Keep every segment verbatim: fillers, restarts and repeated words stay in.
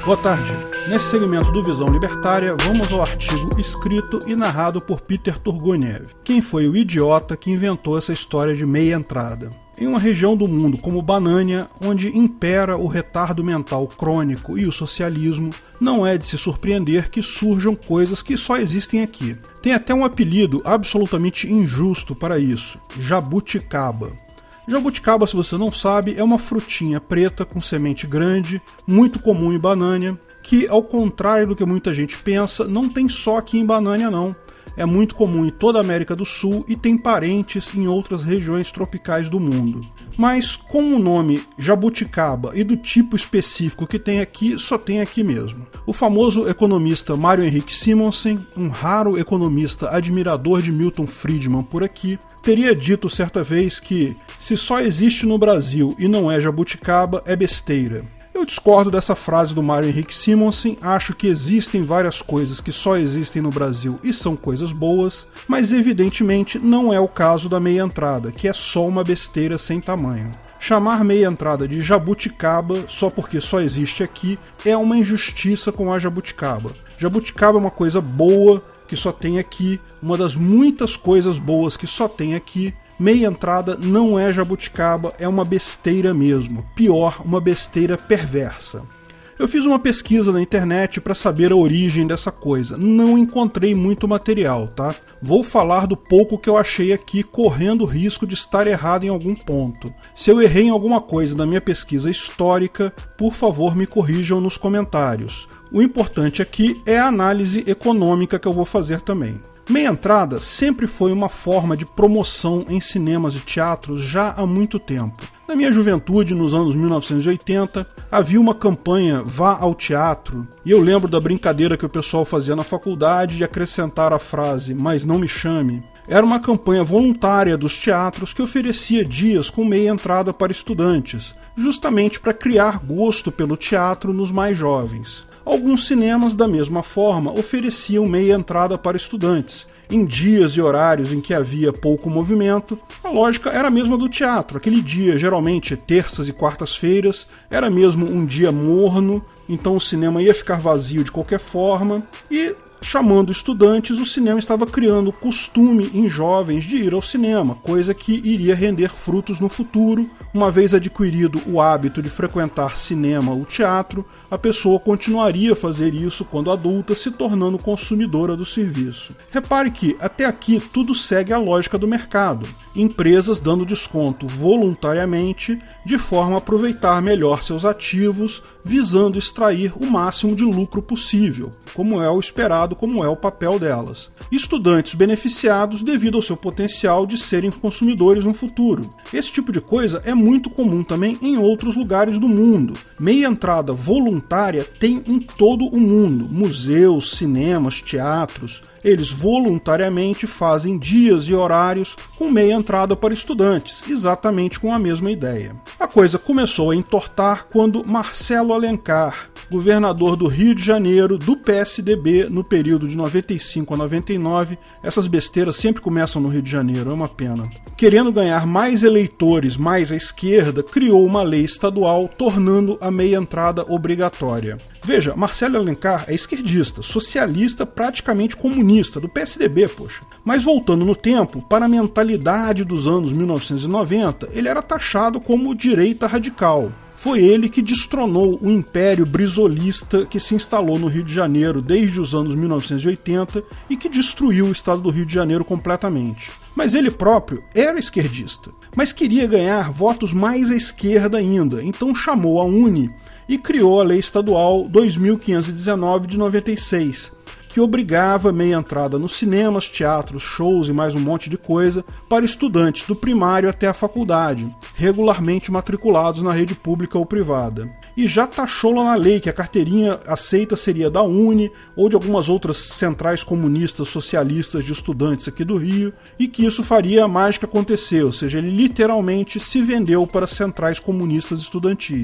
Boa tarde. Nesse segmento do Visão Libertária, vamos ao artigo escrito e narrado por Peter Turguniev. Quem foi o idiota que inventou essa história de meia entrada? Em uma região do mundo como Banânia, onde impera o retardo mental crônico e o socialismo, não é de se surpreender que surjam coisas que só existem aqui. Tem até um apelido absolutamente injusto para isso: jabuticaba. Jabuticaba, se você não sabe, é uma frutinha preta com semente grande, muito comum em Banânia, que, ao contrário do que muita gente pensa, não tem só aqui em Banânia não. É muito comum em toda a América do Sul e tem parentes em outras regiões tropicais do mundo. Mas com o nome jabuticaba e do tipo específico que tem aqui, só tem aqui mesmo. O famoso economista Mário Henrique Simonsen, um raro economista admirador de Milton Friedman por aqui, teria dito certa vez que se só existe no Brasil e não é jabuticaba, é besteira. Eu discordo dessa frase do Mário Henrique Simonsen, acho que existem várias coisas que só existem no Brasil e são coisas boas, mas evidentemente não é o caso da meia entrada, que é só uma besteira sem tamanho. Chamar meia entrada de jabuticaba só porque só existe aqui é uma injustiça com a jabuticaba. Jabuticaba é uma coisa boa que só tem aqui, uma das muitas coisas boas que só tem aqui. Meia entrada não é jabuticaba, é uma besteira mesmo. Pior, uma besteira perversa. Eu fiz uma pesquisa na internet para saber a origem dessa coisa. Não encontrei muito material, tá? Vou falar do pouco que eu achei aqui, correndo o risco de estar errado em algum ponto. Se eu errei em alguma coisa na minha pesquisa histórica, por favor me corrijam nos comentários. O importante aqui é a análise econômica que eu vou fazer também. Meia entrada sempre foi uma forma de promoção em cinemas e teatros já há muito tempo. Na minha juventude, nos anos mil novecentos e oitenta, havia uma campanha Vá ao Teatro, e eu lembro da brincadeira que o pessoal fazia na faculdade de acrescentar a frase "mas não me chame". Era uma campanha voluntária dos teatros que oferecia dias com meia entrada para estudantes, justamente para criar gosto pelo teatro nos mais jovens. Alguns cinemas, da mesma forma, ofereciam meia entrada para estudantes. Em dias e horários em que havia pouco movimento, a lógica era a mesma do teatro. Aquele dia, geralmente terças e quartas-feiras, era mesmo um dia morno, então o cinema ia ficar vazio de qualquer forma, e chamando estudantes, o cinema estava criando o costume em jovens de ir ao cinema, coisa que iria render frutos no futuro. Uma vez adquirido o hábito de frequentar cinema ou teatro, a pessoa continuaria a fazer isso quando adulta, se tornando consumidora do serviço. Repare que, até aqui, tudo segue a lógica do mercado. Empresas dando desconto voluntariamente, de forma a aproveitar melhor seus ativos, visando extrair o máximo de lucro possível, como é o esperado, como é o papel delas. Estudantes beneficiados devido ao seu potencial de serem consumidores no futuro. Esse tipo de coisa é muito comum também em outros lugares do mundo. Meia entrada voluntária tem em todo o mundo, museus, cinemas, teatros. Eles voluntariamente fazem dias e horários com meia entrada para estudantes, exatamente com a mesma ideia. A coisa começou a entortar quando Marcelo Alencar, governador do Rio de Janeiro, do P S D B, no período de noventa e cinco a noventa e nove, essas besteiras sempre começam no Rio de Janeiro, é uma pena. Querendo ganhar mais eleitores mais à esquerda, criou uma lei estadual tornando a meia entrada obrigatória. Veja, Marcelo Alencar é esquerdista, socialista, praticamente comunista, do P S D B, poxa. Mas voltando no tempo, para a mentalidade dos anos mil novecentos e noventa, ele era taxado como direita radical. Foi ele que destronou o império brisolista que se instalou no Rio de Janeiro desde os anos mil novecentos e oitenta e que destruiu o estado do Rio de Janeiro completamente. Mas ele próprio era esquerdista, mas queria ganhar votos mais à esquerda ainda, então chamou a UNE e criou a Lei Estadual dois mil quinhentos e dezenove de noventa e seis, que obrigava meia entrada nos cinemas, teatros, shows e mais um monte de coisa para estudantes do primário até a faculdade, regularmente matriculados na rede pública ou privada. E já taxou lá na lei que a carteirinha aceita seria da UNE ou de algumas outras centrais comunistas socialistas de estudantes aqui do Rio, e que isso faria a mágica acontecer, ou seja, ele literalmente se vendeu para centrais comunistas estudantis.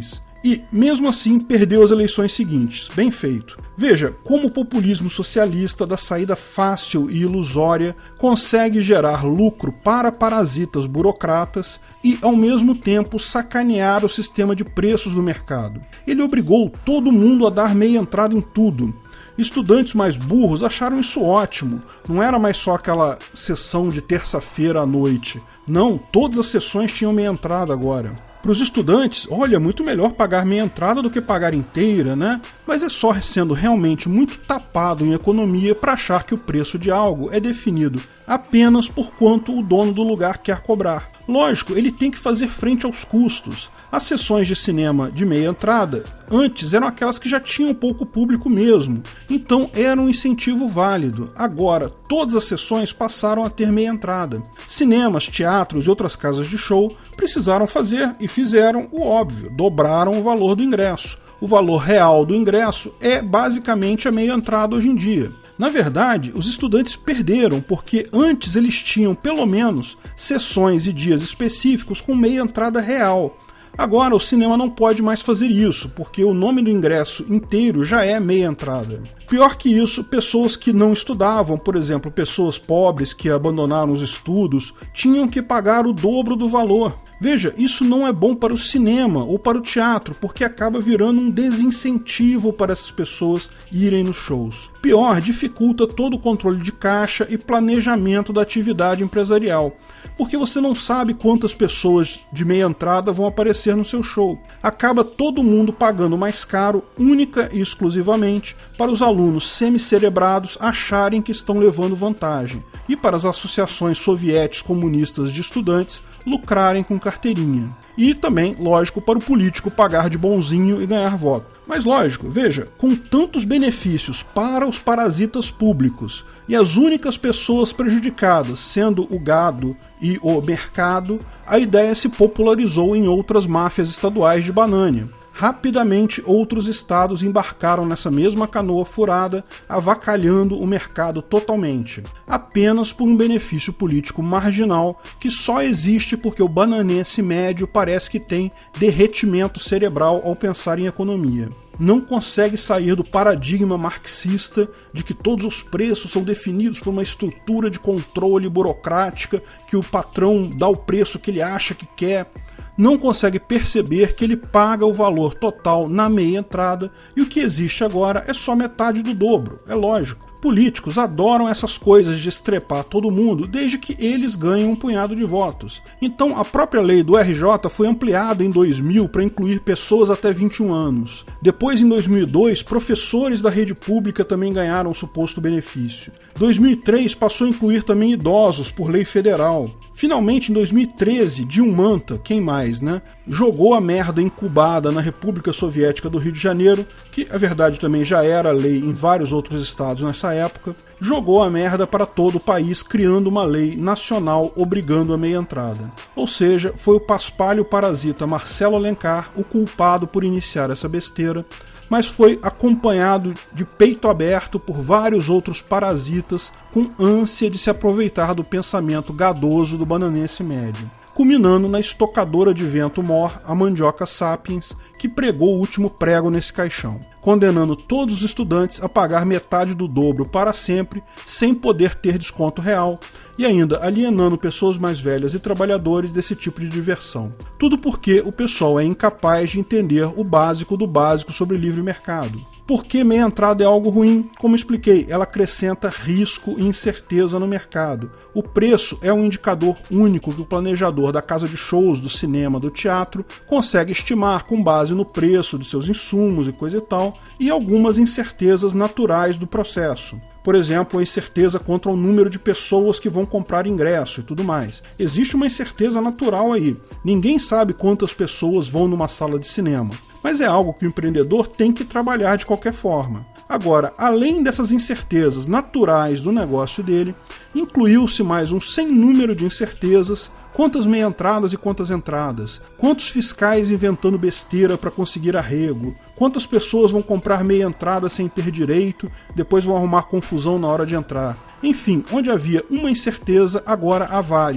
E, mesmo assim, perdeu as eleições seguintes. Bem feito. Veja como o populismo socialista da saída fácil e ilusória consegue gerar lucro para parasitas burocratas e, ao mesmo tempo, sacanear o sistema de preços do mercado. Ele obrigou todo mundo a dar meia entrada em tudo. Estudantes mais burros acharam isso ótimo. Não era mais só aquela sessão de terça-feira à noite. Não, todas as sessões tinham meia entrada agora. Para os estudantes, olha, muito melhor pagar meia entrada do que pagar inteira, né? Mas é só sendo realmente muito tapado em economia para achar que o preço de algo é definido apenas por quanto o dono do lugar quer cobrar. Lógico, ele tem que fazer frente aos custos. As sessões de cinema de meia entrada, antes eram aquelas que já tinham pouco público mesmo, então era um incentivo válido. Agora, todas as sessões passaram a ter meia entrada. Cinemas, teatros e outras casas de show precisaram fazer e fizeram o óbvio, dobraram o valor do ingresso. O valor real do ingresso é basicamente a meia entrada hoje em dia. Na verdade, os estudantes perderam, porque antes eles tinham pelo menos sessões e dias específicos com meia entrada real. Agora o cinema não pode mais fazer isso, porque o nome do ingresso inteiro já é meia entrada. Pior que isso, pessoas que não estudavam, por exemplo, pessoas pobres que abandonaram os estudos, tinham que pagar o dobro do valor. Veja, isso não é bom para o cinema ou para o teatro, porque acaba virando um desincentivo para essas pessoas irem nos shows. Pior, dificulta todo o controle de caixa e planejamento da atividade empresarial, porque você não sabe quantas pessoas de meia entrada vão aparecer no seu show. Acaba todo mundo pagando mais caro, única e exclusivamente, para os alunos semicerebrados acharem que estão levando vantagem, e para as associações soviéticas comunistas de estudantes lucrarem com carteirinha. E também, lógico, para o político pagar de bonzinho e ganhar voto. Mas lógico, veja, com tantos benefícios para os parasitas públicos e as únicas pessoas prejudicadas sendo o gado e o mercado, a ideia se popularizou em outras máfias estaduais de banânia. Rapidamente, outros estados embarcaram nessa mesma canoa furada, avacalhando o mercado totalmente, apenas por um benefício político marginal que só existe porque o bananense médio parece que tem derretimento cerebral ao pensar em economia. Não consegue sair do paradigma marxista de que todos os preços são definidos por uma estrutura de controle burocrática, que o patrão dá o preço que ele acha que quer. Não consegue perceber que ele paga o valor total na meia entrada e o que existe agora é só metade do dobro, é lógico. Políticos adoram essas coisas de estrepar todo mundo desde que eles ganhem um punhado de votos. Então a própria lei do R J foi ampliada em dois mil para incluir pessoas até vinte e um anos. Depois, em dois mil e dois, professores da rede pública também ganharam o suposto benefício. dois mil e três passou a incluir também idosos por lei federal. Finalmente, em dois mil e treze, Dilma, quem mais, né? Jogou a merda incubada na República Soviética do Rio de Janeiro, que a verdade também já era lei em vários outros estados nessa época, jogou a merda para todo o país, criando uma lei nacional obrigando a meia entrada. Ou seja, foi o paspalho parasita Marcelo Alencar o culpado por iniciar essa besteira, mas foi acompanhado de peito aberto por vários outros parasitas com ânsia de se aproveitar do pensamento gadoso do bananense médio, culminando na estocadora de vento mor, a mandioca sapiens, que pregou o último prego nesse caixão, condenando todos os estudantes a pagar metade do dobro para sempre, sem poder ter desconto real, e ainda alienando pessoas mais velhas e trabalhadores desse tipo de diversão. Tudo porque o pessoal é incapaz de entender o básico do básico sobre livre mercado. Por que meia entrada é algo ruim? Como expliquei, ela acrescenta risco e incerteza no mercado. O preço é um indicador único que o planejador da casa de shows, do cinema, do teatro consegue estimar com base no preço de seus insumos e coisa e tal, e algumas incertezas naturais do processo. Por exemplo, a incerteza quanto ao número de pessoas que vão comprar ingresso e tudo mais. Existe uma incerteza natural aí. Ninguém sabe quantas pessoas vão numa sala de cinema. Mas é algo que o empreendedor tem que trabalhar de qualquer forma. Agora, além dessas incertezas naturais do negócio dele, incluiu-se mais um sem número de incertezas. Quantas meia entradas e quantas entradas? Quantos fiscais inventando besteira para conseguir arrego? Quantas pessoas vão comprar meia entrada sem ter direito, depois vão arrumar confusão na hora de entrar? Enfim, onde havia uma incerteza, agora há várias.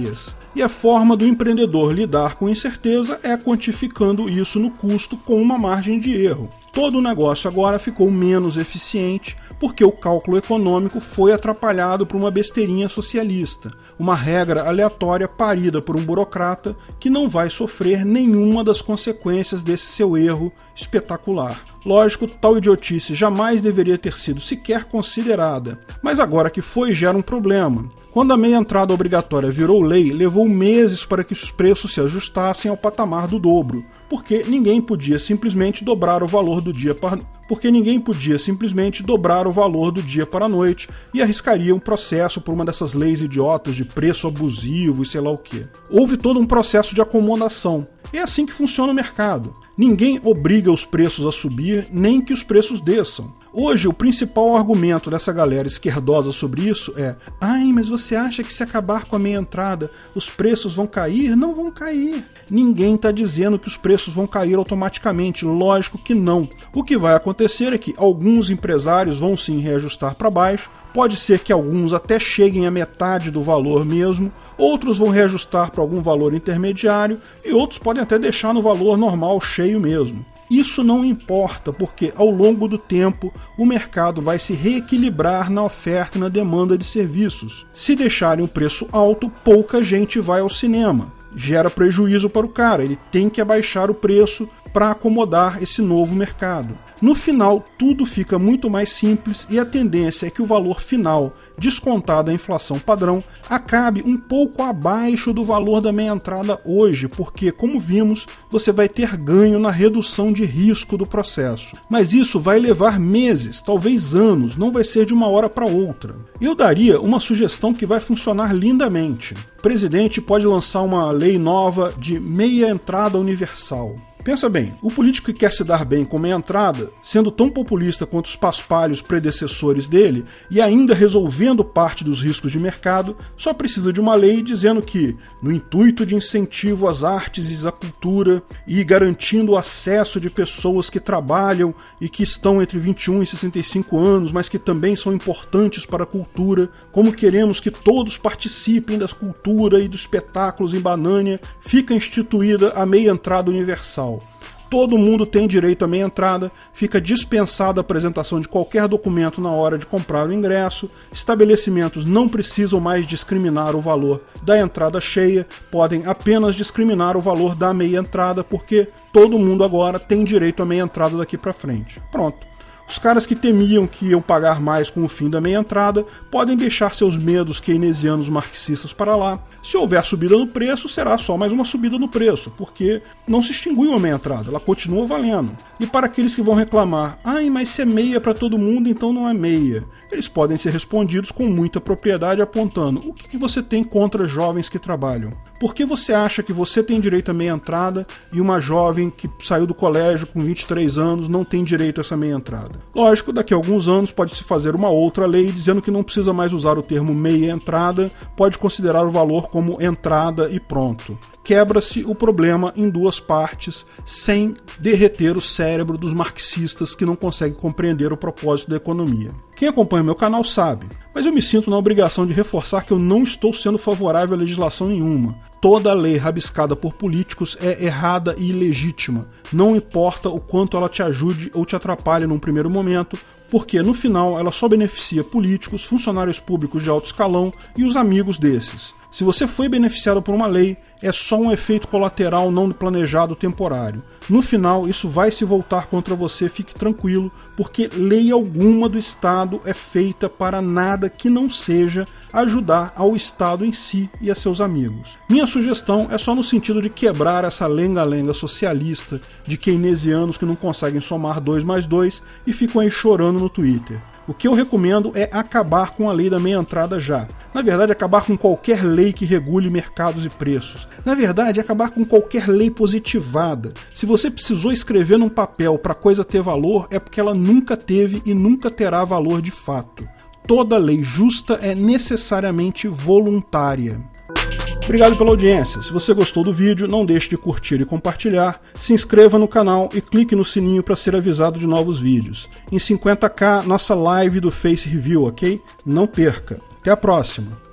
e a forma do empreendedor lidar com incerteza é quantificando isso no custo com uma margem de erro. Todo o negócio agora ficou menos eficiente porque o cálculo econômico foi atrapalhado por uma besteirinha socialista, uma regra aleatória parida por um burocrata que não vai sofrer nenhuma das consequências desse seu erro espetacular. Lógico, tal idiotice jamais deveria ter sido sequer considerada, mas agora que foi, gera um problema. Quando a meia entrada obrigatória virou lei, levou meses para que os preços se ajustassem ao patamar do dobro, porque ninguém podia simplesmente dobrar o valor do dia para porque ninguém podia simplesmente dobrar o valor do dia para a noite e arriscaria um processo por uma dessas leis idiotas de preço abusivo e sei lá o quê. Houve todo um processo de acomodação. É assim que funciona o mercado. Ninguém obriga os preços a subir, nem que os preços desçam. Hoje, o principal argumento dessa galera esquerdosa sobre isso é: ai, mas você acha que se acabar com a meia entrada, os preços vão cair? Não vão cair. Ninguém está dizendo que os preços vão cair automaticamente, lógico que não. O que vai acontecer é que alguns empresários vão sim reajustar para baixo, pode ser que alguns até cheguem à metade do valor mesmo, outros vão reajustar para algum valor intermediário e outros podem até deixar no valor normal cheio mesmo. Isso não importa, porque ao longo do tempo o mercado vai se reequilibrar na oferta e na demanda de serviços. Se deixarem o preço alto, pouca gente vai ao cinema. Gera prejuízo para o cara, ele tem que abaixar o preço para acomodar esse novo mercado. No final, tudo fica muito mais simples e a tendência é que o valor final, descontado a inflação padrão, acabe um pouco abaixo do valor da meia entrada hoje, porque, como vimos, você vai ter ganho na redução de risco do processo. Mas isso vai levar meses, talvez anos, não vai ser de uma hora para outra. Eu daria uma sugestão que vai funcionar lindamente. O presidente pode lançar uma lei nova de meia entrada universal. Pensa bem, o político que quer se dar bem com meia entrada, sendo tão populista quanto os paspalhos predecessores dele e ainda resolvendo parte dos riscos de mercado, só precisa de uma lei dizendo que, no intuito de incentivo às artes e à cultura e garantindo o acesso de pessoas que trabalham e que estão entre vinte e um e sessenta e cinco anos, mas que também são importantes para a cultura, como queremos que todos participem da cultura e dos espetáculos em Banânia, fica instituída a meia entrada universal. Todo mundo tem direito à meia entrada, fica dispensada a apresentação de qualquer documento na hora de comprar o ingresso, estabelecimentos não precisam mais discriminar o valor da entrada cheia, podem apenas discriminar o valor da meia entrada, porque todo mundo agora tem direito à meia entrada daqui para frente. Pronto. Os caras que temiam que iam pagar mais com o fim da meia entrada podem deixar seus medos keynesianos marxistas para lá. Se houver subida no preço, será só mais uma subida no preço, porque não se extinguiu a meia entrada, ela continua valendo. E para aqueles que vão reclamar, ai, mas se é meia para todo mundo, então não é meia, eles podem ser respondidos com muita propriedade apontando: o que você tem contra jovens que trabalham? Por que você acha que você tem direito à meia entrada e uma jovem que saiu do colégio com vinte e três anos não tem direito a essa meia entrada? Lógico, daqui a alguns anos pode-se fazer uma outra lei dizendo que não precisa mais usar o termo meia entrada, pode considerar o valor como entrada e pronto. Quebra-se o problema em duas partes, sem derreter o cérebro dos marxistas que não conseguem compreender o propósito da economia. Quem acompanha meu canal sabe, mas eu me sinto na obrigação de reforçar que eu não estou sendo favorável a legislação nenhuma. Toda lei rabiscada por políticos é errada e ilegítima, não importa o quanto ela te ajude ou te atrapalhe num primeiro momento, porque no final ela só beneficia políticos, funcionários públicos de alto escalão e os amigos desses. Se você foi beneficiado por uma lei, é só um efeito colateral não planejado temporário. No final, isso vai se voltar contra você, fique tranquilo, porque lei alguma do Estado é feita para nada que não seja ajudar ao Estado em si e a seus amigos. Minha sugestão é só no sentido de quebrar essa lenga-lenga socialista de keynesianos que não conseguem somar dois mais dois e ficam aí chorando no Twitter. O que eu recomendo é acabar com a lei da meia entrada já. Na verdade, acabar com qualquer lei que regule mercados e preços. Na verdade, acabar com qualquer lei positivada. Se você precisou escrever num papel para a coisa ter valor, é porque ela nunca teve e nunca terá valor de fato. Toda lei justa é necessariamente voluntária. Obrigado pela audiência. Se você gostou do vídeo, não deixe de curtir e compartilhar, se inscreva no canal e clique no sininho para ser avisado de novos vídeos. Em cinquenta k, nossa live do Face Review, ok? Não perca. Até a próxima!